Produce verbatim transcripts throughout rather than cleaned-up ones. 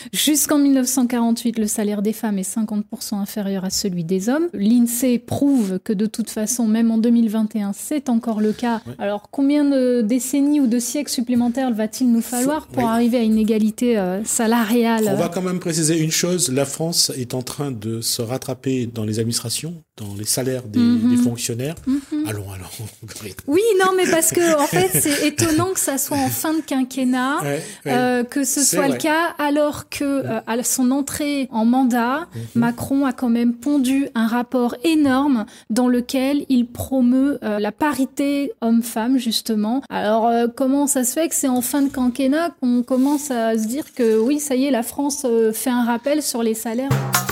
Jusqu'en dix-neuf cent quarante-huit, le salaire des femmes est cinquante pour cent inférieur à celui des hommes. L'INSEE prouve que de toute façon, même en deux mille vingt et un, c'est encore le cas. Ouais. Alors, combien de décennies ou de siècles supplémentaires va-t-il nous falloir pour oui. arriver à une égalité euh, salariale ? On va quand même préciser une chose, la France est en train de se rattraper dans les administrations, dans les salaires des, mm-hmm. des fonctionnaires. Mm-hmm. Allons, allons. Oui, non, mais parce que en fait, c'est étonnant que ça soit en fin de quinquennat, ouais, ouais. Euh, que ce c'est soit vrai. le cas, alors que euh, à son entrée en mandat, mm-hmm. Macron a quand même pondu un rapport énorme dans lequel il promeut euh, la parité homme-femme, justement. Alors, euh, comment ça se fait que c'est en fin de quinquennat qu'on commence à se dire que oui, ça y est, la France euh, fait un rappel sur les salaires ?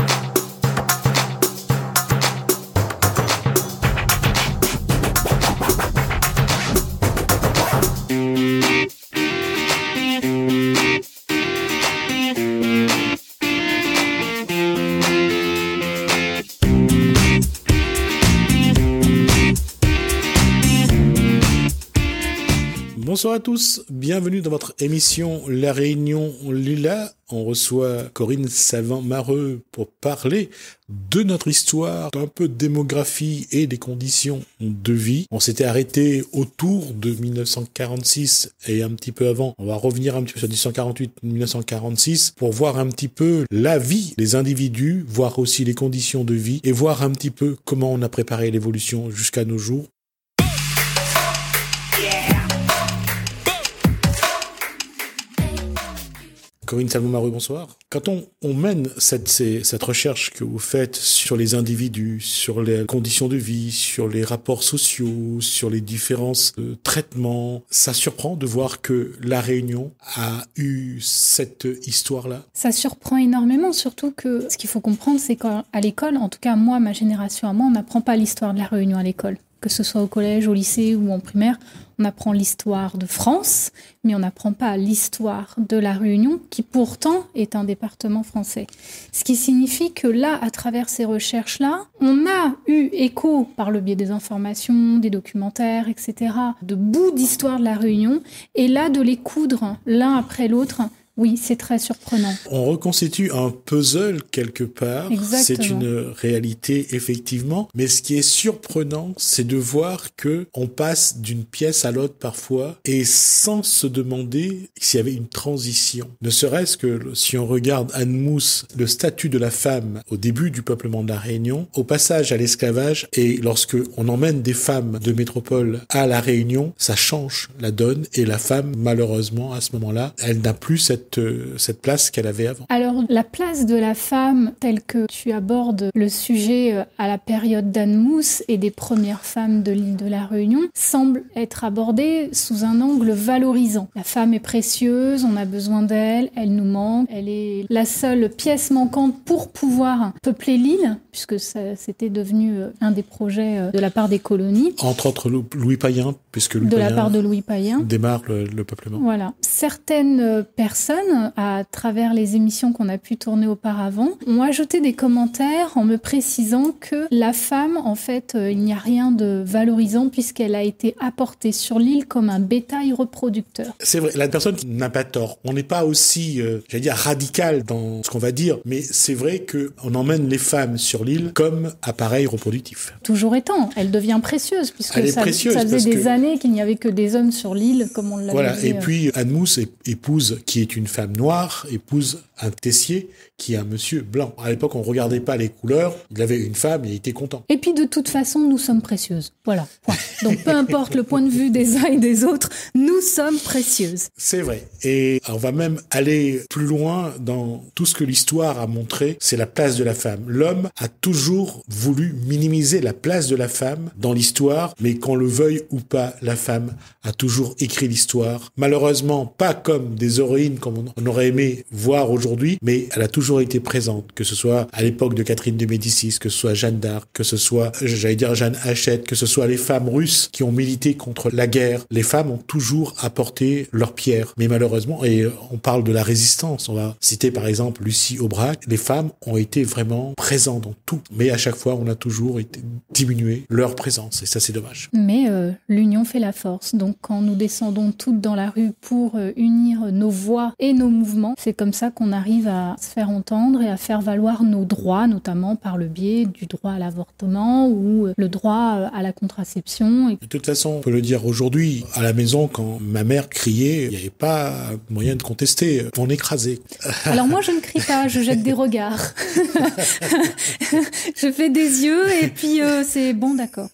Bonsoir à tous, bienvenue dans votre émission La Réunion Lila. On reçoit Corinne Savant-Mareux pour parler de notre histoire, un peu de démographie et des conditions de vie. On s'était arrêté autour de dix-neuf cent quarante-six et un petit peu avant. On va revenir un petit peu sur dix-neuf cent quarante-huit dix-neuf cent quarante-six pour voir un petit peu la vie des individus, voir aussi les conditions de vie et voir un petit peu comment on a préparé l'évolution jusqu'à nos jours. Corinne Savant-Mareux, bonsoir. Quand on, on mène cette, cette recherche que vous faites sur les individus, sur les conditions de vie, sur les rapports sociaux, sur les différences de traitement, ça surprend de voir que La Réunion a eu cette histoire-là? Ça surprend énormément, surtout que ce qu'il faut comprendre, c'est qu'à l'école, en tout cas moi, ma génération à moi, on n'apprend pas l'histoire de La Réunion à l'école. Que ce soit au collège, au lycée ou en primaire, on apprend l'histoire de France, mais on n'apprend pas l'histoire de La Réunion, qui pourtant est un département français. Ce qui signifie que là, à travers ces recherches-là, on a eu écho, par le biais des informations, des documentaires, et cetera, de bouts d'histoire de La Réunion, et là, de les coudre l'un après l'autre. Oui, c'est très surprenant. On reconstitue un puzzle quelque part. Exactement. C'est une réalité, effectivement. Mais ce qui est surprenant, c'est de voir que on passe d'une pièce à l'autre parfois et sans se demander s'il y avait une transition. Ne serait-ce que si on regarde Anne Mousse, le statut de la femme au début du peuplement de la Réunion, au passage à l'esclavage, et lorsque on emmène des femmes de métropole à la Réunion, ça change la donne et la femme, malheureusement, à ce moment-là, elle n'a plus cette cette place qu'elle avait avant. Alors, la place de la femme, telle que tu abordes le sujet à la période d'Anne Mousse et des premières femmes de l'île de la Réunion, semble être abordée sous un angle valorisant. La femme est précieuse, on a besoin d'elle, elle nous manque, elle est la seule pièce manquante pour pouvoir peupler l'île, puisque ça, c'était devenu un des projets de la part des colonies. Entre autres Louis Payen, puisque Louis de Payen la part de Louis Payen démarre le, le peuplement. Voilà. Certaines personnes, à travers les émissions qu'on a pu tourner auparavant, ont ajouté des commentaires en me précisant que la femme, en fait, euh, il n'y a rien de valorisant puisqu'elle a été apportée sur l'île comme un bétail reproducteur. C'est vrai, la personne n'a pas tort. On n'est pas aussi, euh, j'allais dire, radical dans ce qu'on va dire, mais c'est vrai qu'on emmène les femmes sur l'île comme appareil reproductif. Toujours étant, elle devient précieuse puisque elle est ça, précieuse ça faisait des que... années qu'il n'y avait que des hommes sur l'île, comme on l'avait voilà. dit. Et puis Anne Mousse épouse, qui est une femme noire, épouse un Tessier qui est un monsieur blanc. À l'époque, on regardait pas les couleurs. Il avait une femme et il était content. Et puis, de toute façon, nous sommes précieuses. Voilà. Point. Donc, peu importe le point de vue des uns et des autres, nous sommes précieuses. C'est vrai. Et on va même aller plus loin dans tout ce que l'histoire a montré. C'est la place de la femme. L'homme a toujours voulu minimiser la place de la femme dans l'histoire, mais qu'on le veuille ou pas, la femme a toujours écrit l'histoire. Malheureusement, pas comme des héroïnes comme on aurait aimé voir aujourd'hui, mais elle a toujours été présente, que ce soit à l'époque de Catherine de Médicis, que ce soit Jeanne d'Arc, que ce soit, j'allais dire Jeanne Hachette, que ce soit les femmes russes qui ont milité contre la guerre. Les femmes ont toujours apporté leur pierre. Mais malheureusement, et on parle de la résistance, on va citer par exemple Lucie Aubrac, les femmes ont été vraiment présentes dans tout. Mais à chaque fois, on a toujours été diminué leur présence, et ça c'est dommage. Mais euh, l'union fait la force. Donc quand nous descendons toutes dans la rue pour euh, unir nos voix et nos mouvements, c'est comme ça qu'on arrive à se faire entendre et à faire valoir nos droits, notamment par le biais du droit à l'avortement ou le droit à la contraception. De toute façon, on peut le dire aujourd'hui, à la maison, quand ma mère criait, il n'y avait pas moyen de contester, on écrasait. Alors moi, je ne crie pas, je jette des regards. Je fais des yeux et puis euh, c'est bon, d'accord.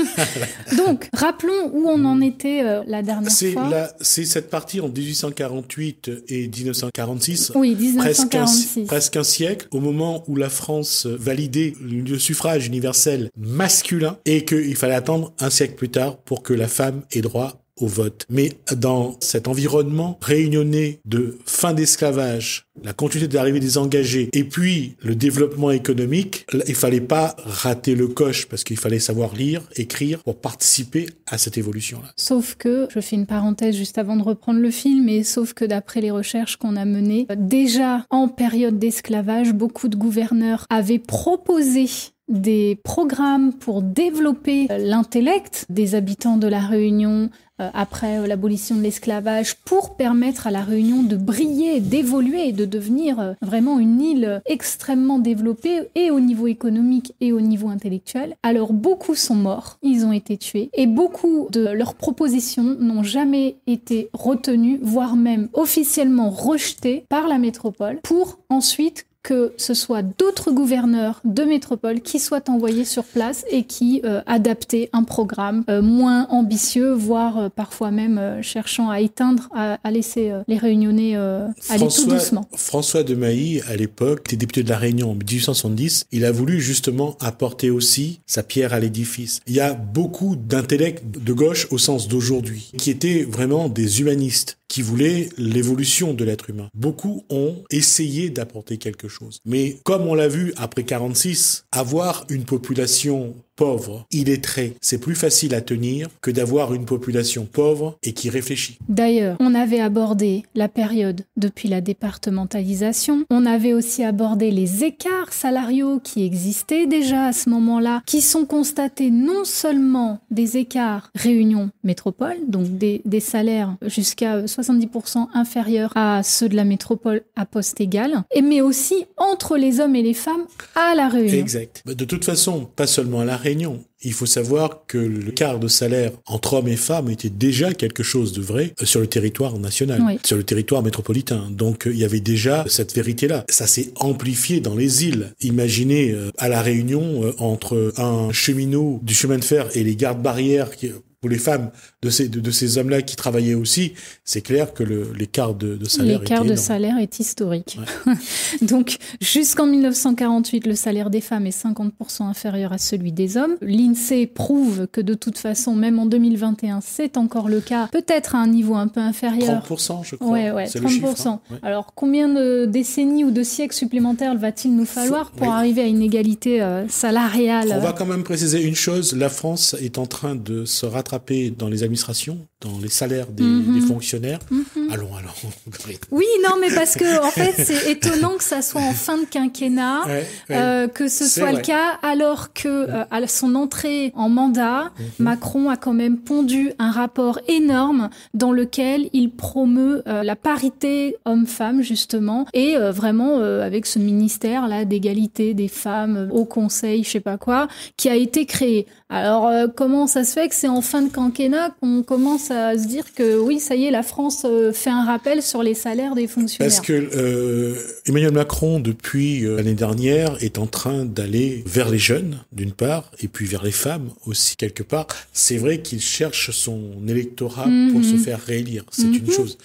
Donc, rappelons où on en était euh, la dernière c'est fois. La, c'est cette partie en dix-huit cent quarante-huit et dix-neuf cent quarante-six. Oui, dix-neuf cent quarante-six. Presque un, presque un siècle, au moment où la France validait le suffrage universel masculin et qu'il fallait attendre un siècle plus tard pour que la femme ait droit au vote. Mais dans cet environnement réunionnais de fin d'esclavage, la continuité de l'arrivée des engagés et puis le développement économique, il fallait pas rater le coche parce qu'il fallait savoir lire, écrire pour participer à cette évolution-là. Sauf que, je fais une parenthèse juste avant de reprendre le film, et sauf que d'après les recherches qu'on a menées, déjà en période d'esclavage, beaucoup de gouverneurs avaient proposé des programmes pour développer l'intellect des habitants de la Réunion euh, après euh, l'abolition de l'esclavage, pour permettre à la Réunion de briller, d'évoluer, de devenir euh, vraiment une île extrêmement développée, et au niveau économique et au niveau intellectuel. Alors beaucoup sont morts, ils ont été tués, et beaucoup de leurs propositions n'ont jamais été retenues, voire même officiellement rejetées par la métropole, pour ensuite que ce soit d'autres gouverneurs de métropole qui soient envoyés sur place et qui euh, adaptaient un programme euh, moins ambitieux, voire euh, parfois même euh, cherchant à éteindre, à, à laisser euh, les Réunionnais euh, aller François, tout doucement. François de Mailly, à l'époque, était député de la Réunion en dix-huit cent soixante-dix. Il a voulu justement apporter aussi sa pierre à l'édifice. Il y a beaucoup d'intellect de gauche au sens d'aujourd'hui, qui étaient vraiment des humanistes, qui voulaient l'évolution de l'être humain. Beaucoup ont essayé d'apporter quelque chose. Mais comme on l'a vu après quarante-six, avoir une population pauvre, illettrée, c'est plus facile à tenir que d'avoir une population pauvre et qui réfléchit. D'ailleurs, on avait abordé la période depuis la départementalisation. On avait aussi abordé les écarts salariaux qui existaient déjà à ce moment-là, qui sont constatés non seulement des écarts Réunion métropole, donc des, des salaires jusqu'à soixante-dix pour cent inférieurs à ceux de la métropole à poste égal, et mais aussi entre les hommes et les femmes à la Réunion. Exact. De toute façon, pas seulement à la Réunion. Il faut savoir que le quart de salaire entre hommes et femmes était déjà quelque chose de vrai sur le territoire national, oui. Sur le territoire métropolitain. Donc il y avait déjà cette vérité-là. Ça s'est amplifié dans les îles. Imaginez euh, à la Réunion, euh, entre un cheminot du chemin de fer et les gardes-barrières qui... pour les femmes de ces, de, de ces hommes-là qui travaillaient aussi, c'est clair que le, l'écart de, de salaire L'écart était de énorme. salaire est historique. Ouais. Donc, jusqu'en dix-neuf cent quarante-huit, le salaire des femmes est cinquante pour cent inférieur à celui des hommes. L'INSEE prouve que de toute façon, même en deux mille vingt et un, c'est encore le cas, peut-être à un niveau un peu inférieur. trente pour cent, je crois. Ouais, ouais, c'est trente pour cent. Le chiffre, hein. Ouais. Alors, combien de décennies ou de siècles supplémentaires va-t-il nous falloir Faut, pour oui. arriver à une égalité euh, salariale ? On va quand même préciser une chose, la France est en train de se rattraper dans les administrations, dans les salaires des, mm-hmm. des fonctionnaires. Mm-hmm. Allons, allons. Oui, non, mais parce que, en fait, c'est étonnant que ça soit en fin de quinquennat, ouais, ouais. Euh, que ce c'est soit vrai. Le cas, alors que, euh, à son entrée en mandat, mm-hmm. Macron a quand même pondu un rapport énorme dans lequel il promeut euh, la parité homme-femme, justement, et euh, vraiment, euh, avec ce ministère-là d'égalité des femmes au conseil, je sais pas quoi, qui a été créé. Alors, euh, comment ça se fait que c'est en fin de quinquennat qu'on commence à se dire que, oui, ça y est, la France euh, fait un rappel sur les salaires des fonctionnaires? Parce que euh, Emmanuel Macron, depuis euh, l'année dernière, est en train d'aller vers les jeunes, d'une part, et puis vers les femmes aussi, quelque part. C'est vrai qu'il cherche son électorat mm-hmm. pour se faire réélire. C'est mm-hmm. une chose.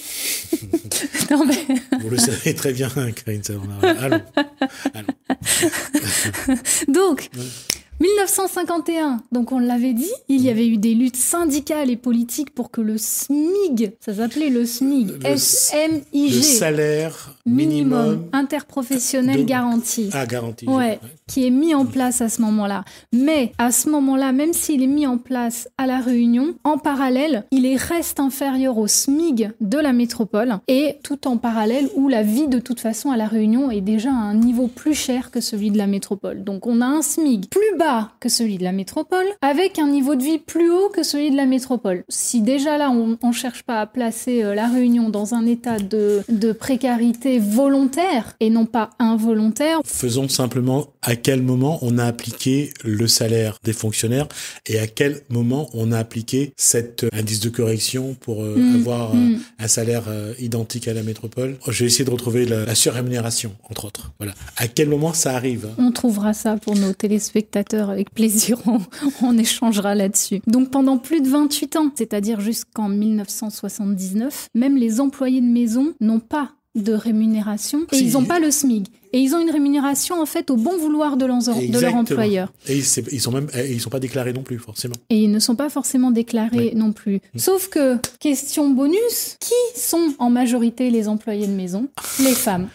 Non, mais... Vous le savez très bien, Karine Savonarole. Allons. Allons. Donc... Ouais. dix-neuf cent cinquante et un, donc on l'avait dit, il y avait eu des luttes syndicales et politiques pour que le SMIG, ça s'appelait le SMIG, le, S M I G, le salaire minimum, minimum interprofessionnel de... garanti, ah, garanti ouais, ouais, qui est mis en place à ce moment-là. Mais à ce moment-là, même s'il est mis en place à La Réunion, en parallèle, il est reste inférieur au SMIG de la métropole, et tout en parallèle où la vie de toute façon à La Réunion est déjà à un niveau plus cher que celui de la métropole. Donc on a un SMIG plus bas bas que celui de la métropole, avec un niveau de vie plus haut que celui de la métropole. Si déjà là, on ne cherche pas à placer euh, la Réunion dans un état de, de précarité volontaire et non pas involontaire. Faisons simplement à quel moment on a appliqué le salaire des fonctionnaires et à quel moment on a appliqué cet euh, indice de correction pour euh, mmh, avoir euh, mmh. un salaire euh, identique à la métropole. Je vais essayer de retrouver la, la surrémunération, entre autres. Voilà. À quel moment ça arrive? On trouvera ça pour nos téléspectateurs avec plaisir. On, on échangera là-dessus. Donc pendant plus de vingt-huit ans, c'est-à-dire jusqu'en dix-neuf cent soixante-dix-neuf, même les employés de maison n'ont pas de rémunération et si. Ils n'ont pas le SMIC. Et ils ont une rémunération en fait au bon vouloir de, de leur employeur. Et ils, ils sont même, ils sont pas déclarés non plus forcément. Et ils ne sont pas forcément déclarés oui. non plus. Mmh. Sauf que question bonus, qui sont en majorité les employés de maison? Les femmes.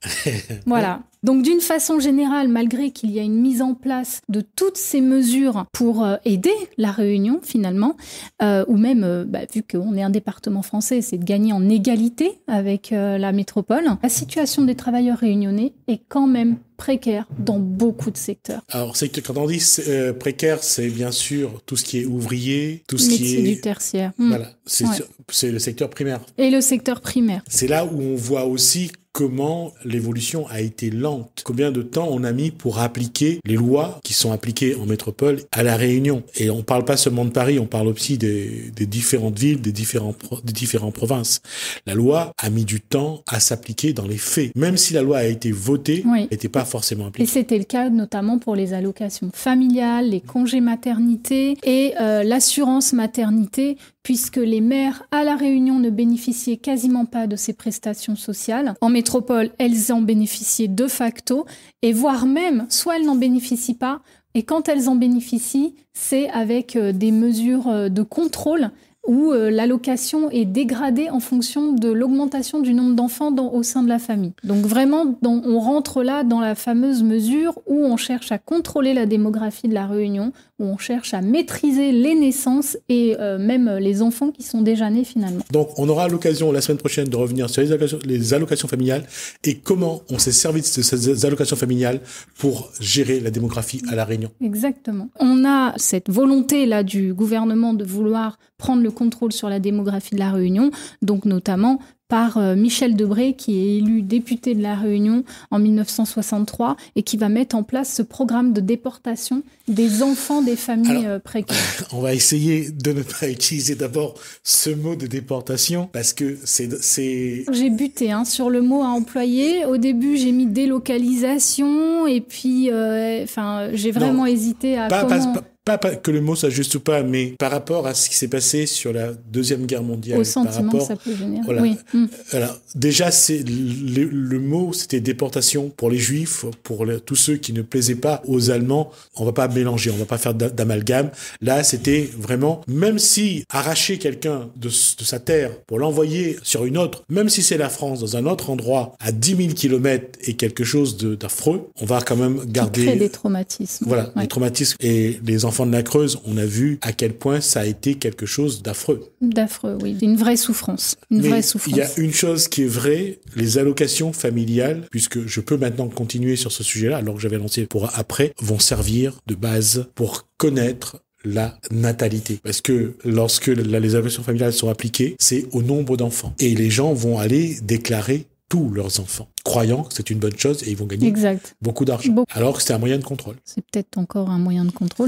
Voilà. Donc d'une façon générale, malgré qu'il y a une mise en place de toutes ces mesures pour euh, aider la Réunion finalement, euh, ou même, euh, bah, vu qu'on est un département français, c'est de gagner en égalité avec euh, la métropole, la situation des travailleurs réunionnais est quand même précaire dans beaucoup de secteurs. Alors c'est que quand on dit euh, précaire, c'est bien sûr tout ce qui est ouvrier, tout ce Métier qui est du tertiaire. Voilà, c'est, ouais. c'est le secteur primaire. Et le secteur primaire. C'est là où on voit aussi comment l'évolution a été lente. Combien de temps on a mis pour appliquer les lois qui sont appliquées en métropole à la Réunion. Et on parle pas seulement de Paris, on parle aussi des, des différentes villes, des différents des différentes provinces. La loi a mis du temps à s'appliquer dans les faits. Même si la loi a été votée, oui. elle n'était pas forcément appliquée. Et c'était le cas notamment pour les allocations familiales, les congés maternité et euh, l'assurance maternité, puisque les mères à la Réunion ne bénéficiaient quasiment pas de ces prestations sociales. En métropole, elles en bénéficiaient de facto, et voire même, soit elles n'en bénéficient pas, et quand elles en bénéficient, c'est avec euh, des mesures euh, de contrôle où euh, l'allocation est dégradée en fonction de l'augmentation du nombre d'enfants dans, au sein de la famille. Donc vraiment, dans, on rentre là dans la fameuse mesure où on cherche à contrôler la démographie de la Réunion, où on cherche à maîtriser les naissances et euh, même les enfants qui sont déjà nés finalement. Donc on aura l'occasion la semaine prochaine de revenir sur les allocations, les allocations familiales et comment on s'est servi de ces allocations familiales pour gérer la démographie à la Réunion. Exactement. On a cette volonté-là du gouvernement de vouloir prendre le contrôle sur la démographie de la Réunion, donc notamment par euh, Michel Debré, qui est élu député de la Réunion en dix-neuf cent soixante-trois et qui va mettre en place ce programme de déportation des enfants des familles Alors, euh, précaires. On va essayer de ne pas utiliser d'abord ce mot de déportation parce que c'est... c'est... J'ai buté hein, sur le mot à employer. Au début, j'ai mis délocalisation et puis enfin, euh, j'ai vraiment non, hésité à pas, comment... Pas, pas, Pas, pas que le mot s'ajuste pas, mais par rapport à ce qui s'est passé sur la Deuxième Guerre mondiale. Au sentiment rapport, que ça peut générer. Voilà. Oui. Mmh. Alors, déjà, c'est le, le mot, c'était déportation pour les Juifs, pour le, tous ceux qui ne plaisaient pas aux Allemands. On va pas mélanger, on va pas faire d'amalgame. Là, c'était vraiment, même si arracher quelqu'un de, de sa terre pour l'envoyer sur une autre, même si c'est la France, dans un autre endroit, à dix mille kilomètres et quelque chose de, d'affreux, on va quand même garder... Qui crée des traumatismes. Voilà, ouais. des traumatismes. Et les enfants de la Creuse, on a vu à quel point ça a été quelque chose d'affreux. D'affreux, oui. Une vraie souffrance. Une Mais vraie souffrance. Il y a une chose qui est vraie, les allocations familiales, puisque je peux maintenant continuer sur ce sujet-là, alors que j'avais lancé pour après, vont servir de base pour connaître la natalité. Parce que lorsque la, les allocations familiales sont appliquées, c'est au nombre d'enfants. Et les gens vont aller déclarer tous leurs enfants, croyant que c'est une bonne chose et ils vont gagner exact. beaucoup d'argent. Bon. Alors que c'est un moyen de contrôle. C'est peut-être encore un moyen de contrôle.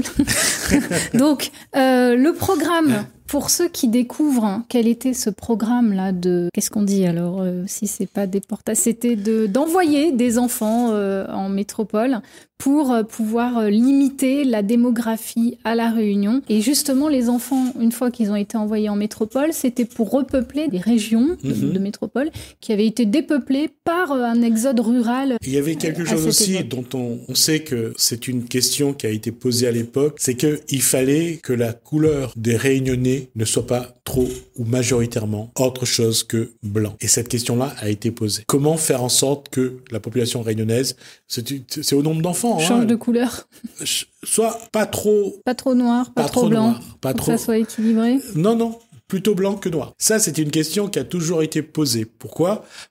Donc, euh, le programme, hein? Pour ceux qui découvrent hein, quel était ce programme-là de... Qu'est-ce qu'on dit alors euh, si c'est pas déportation, c'était de, d'envoyer des enfants euh, en métropole pour euh, pouvoir euh, limiter la démographie à La Réunion. Et justement, les enfants, une fois qu'ils ont été envoyés en métropole, c'était pour repeupler des régions de, mm-hmm. de métropole qui avaient été dépeuplées par euh, un exode rural. Il y avait quelque chose aussi époque. dont on, on sait que c'est une question qui a été posée à l'époque, c'est qu'il fallait que la couleur des Réunionnais ne soit pas trop ou majoritairement autre chose que blanc. Et cette question-là a été posée. Comment faire en sorte que la population réunionnaise, c'est, c'est au nombre d'enfants, change hein, de couleur, soit pas trop, pas trop noir, pas, pas trop, trop blanc, noir, pas pour trop, que ça soit équilibré. Non, non. Plutôt blanc que noir. Ça, c'est une question qui a toujours été posée. Pourquoi ?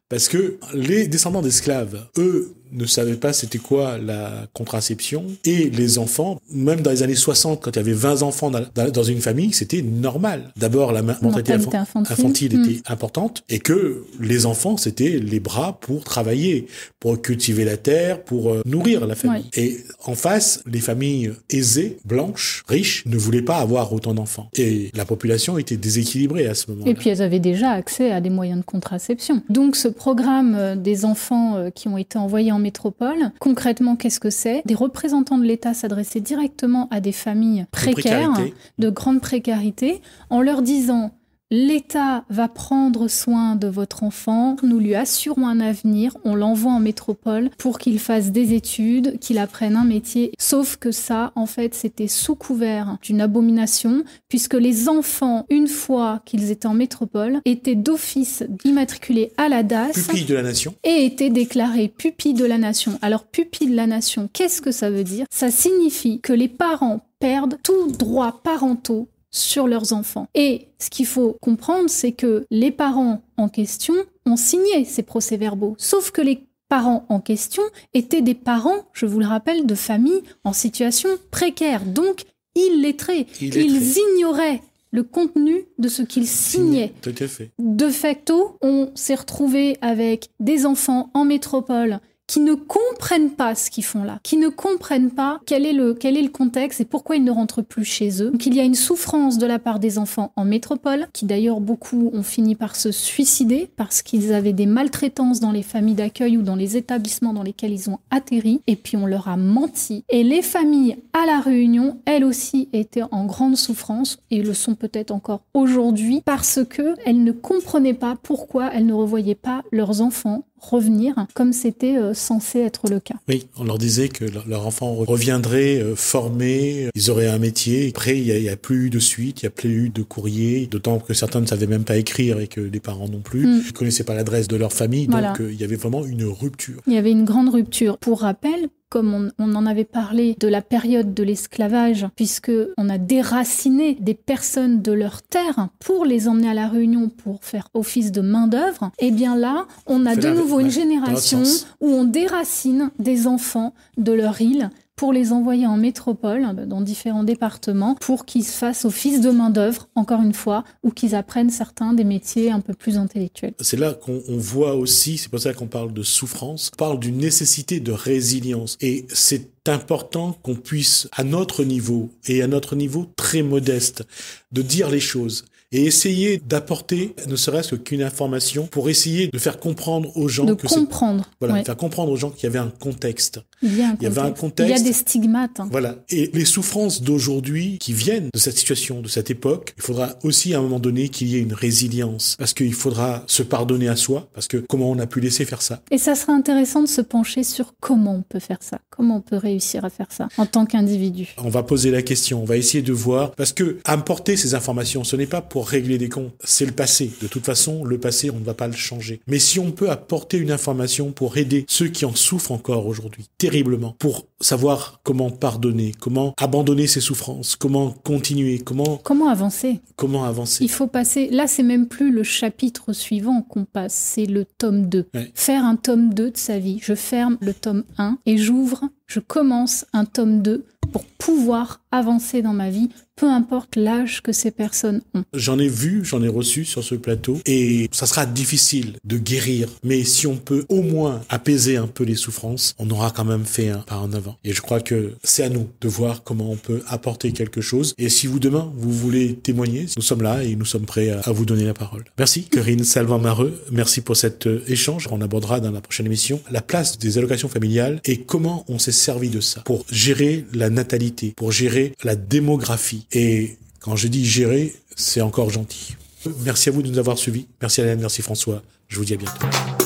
Parce que les descendants d'esclaves, eux, ne savaient pas c'était quoi la contraception. Et les enfants, même dans les années soixante, quand il y avait vingt enfants dans, dans, dans une famille, c'était normal. D'abord, la mortalité infantile, infantile mmh. était importante et que les enfants, c'était les bras pour travailler, pour cultiver la terre, pour euh, nourrir la famille. Ouais. Et en face, les familles aisées, blanches, riches, ne voulaient pas avoir autant d'enfants. Et la population était déséquilibrée à ce moment-là. Et puis elles avaient déjà accès à des moyens de contraception. Donc ce programme des enfants qui ont été envoyés en métropole, concrètement, qu'est-ce que c'est ? Des représentants de l'État s'adressaient directement à des familles précaires, de, de grande précarité, en leur disant « L'État va prendre soin de votre enfant, nous lui assurons un avenir, on l'envoie en métropole pour qu'il fasse des études, qu'il apprenne un métier. » Sauf que ça, en fait, c'était sous couvert d'une abomination, puisque les enfants, une fois qu'ils étaient en métropole, étaient d'office immatriculés à la D A S. Pupilles de la nation. Et étaient déclarés pupilles de la nation. Alors, pupilles de la nation, qu'est-ce que ça veut dire ? Ça signifie que les parents perdent tous droits parentaux sur leurs enfants. Et ce qu'il faut comprendre, c'est que les parents en question ont signé ces procès-verbaux. Sauf que les parents en question étaient des parents, je vous le rappelle, de familles en situation précaire, donc illettrés. illettrés. Ils ignoraient le contenu de ce qu'ils signaient. Tout à fait. De facto, on s'est retrouvé avec des enfants en métropole qui ne comprennent pas ce qu'ils font là, qui ne comprennent pas quel est le, quel est le contexte et pourquoi ils ne rentrent plus chez eux. Donc il y a une souffrance de la part des enfants en métropole, qui d'ailleurs beaucoup ont fini par se suicider parce qu'ils avaient des maltraitances dans les familles d'accueil ou dans les établissements dans lesquels ils ont atterri, et puis on leur a menti. Et les familles à La Réunion, elles aussi, étaient en grande souffrance, et le sont peut-être encore aujourd'hui, parce que elles ne comprenaient pas pourquoi elles ne revoyaient pas leurs enfants revenir comme c'était euh, censé être le cas. Oui, on leur disait que leur, leur enfant reviendrait euh, formé, ils auraient un métier. Après, il y a, il y a plus eu de suite, il y a plus eu de courrier, d'autant que certains ne savaient même pas écrire et que les parents non plus. Mm. Ils connaissaient pas l'adresse de leur famille, voilà. Donc euh, il y avait vraiment une rupture. Il y avait une grande rupture. Pour rappel, comme on, on en avait parlé de la période de l'esclavage, puisque on a déraciné des personnes de leur terre pour les emmener à La Réunion pour faire office de main-d'œuvre, et bien là, on a de nouveau une génération où on déracine des enfants de leur île pour les envoyer en métropole, dans différents départements, pour qu'ils fassent office de main-d'œuvre, encore une fois, ou qu'ils apprennent certains des métiers un peu plus intellectuels. C'est là qu'on on voit aussi, c'est pour ça qu'on parle de souffrance, on parle d'une nécessité de résilience. Et c'est important qu'on puisse, à notre niveau, et à notre niveau très modeste, de dire les choses. Et essayer d'apporter ne serait-ce qu'une information pour essayer de faire comprendre aux gens de que comprendre c'est... voilà, ouais. faire comprendre aux gens qu'il y avait un contexte. Il y a un contexte. Il y avait un contexte. Il y a des stigmates. Hein. Voilà. Et les souffrances d'aujourd'hui qui viennent de cette situation, de cette époque, il faudra aussi à un moment donné qu'il y ait une résilience. Parce qu'il faudra se pardonner à soi. Parce que comment on a pu laisser faire ça? Et ça sera intéressant de se pencher sur comment on peut faire ça. Comment on peut réussir à faire ça en tant qu'individu. On va poser la question. On va essayer de voir. Parce que apporter ces informations, ce n'est pas pour Pour régler des comptes, c'est le passé. De toute façon, le passé, on ne va pas le changer. Mais si on peut apporter une information pour aider ceux qui en souffrent encore aujourd'hui, terriblement, pour savoir comment pardonner, comment abandonner ses souffrances, comment continuer, comment... Comment avancer. Comment avancer. Il faut passer... Là, c'est même plus le chapitre suivant qu'on passe, c'est le tome deux. Ouais. Faire un tome deux de sa vie. Je ferme le tome un et j'ouvre, je commence un tome deux pour pouvoir avancer dans ma vie, peu importe l'âge que ces personnes ont. J'en ai vu, j'en ai reçu sur ce plateau, et ça sera difficile de guérir, mais si on peut au moins apaiser un peu les souffrances, on aura quand même fait un pas en avant. Et je crois que c'est à nous de voir comment on peut apporter quelque chose. Et si vous, demain, vous voulez témoigner, nous sommes là et nous sommes prêts à, à vous donner la parole. Merci, Corinne Salvant-Mareux. Merci pour cet euh, échange. On abordera dans la prochaine émission la place des allocations familiales et comment on s'est servi de ça pour gérer la natalité, pour gérer la démographie. Et quand je dis gérer, c'est encore gentil. Merci à vous de nous avoir suivis. Merci Alain, merci François. Je vous dis à bientôt.